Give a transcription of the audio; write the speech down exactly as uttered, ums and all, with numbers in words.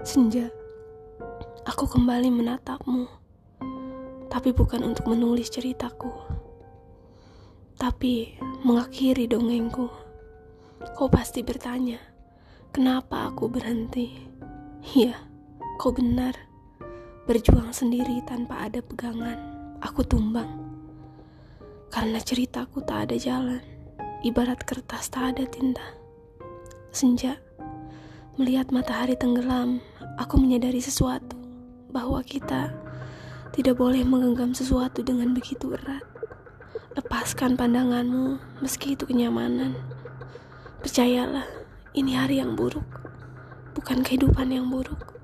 Senja, aku kembali menatapmu, tapi bukan untuk menulis ceritaku, tapi mengakhiri dongengku. Kau pasti bertanya, kenapa aku berhenti? Iya, kau benar. Berjuang sendiri tanpa ada pegangan, aku tumbang. Karena ceritaku tak ada jalan, ibarat kertas tak ada tinta. Senja, melihat matahari tenggelam, aku menyadari sesuatu, bahwa kita tidak boleh menggenggam sesuatu dengan begitu erat. Lepaskan pandanganmu, meski itu kenyamanan. Percayalah, ini hari yang buruk, bukan kehidupan yang buruk.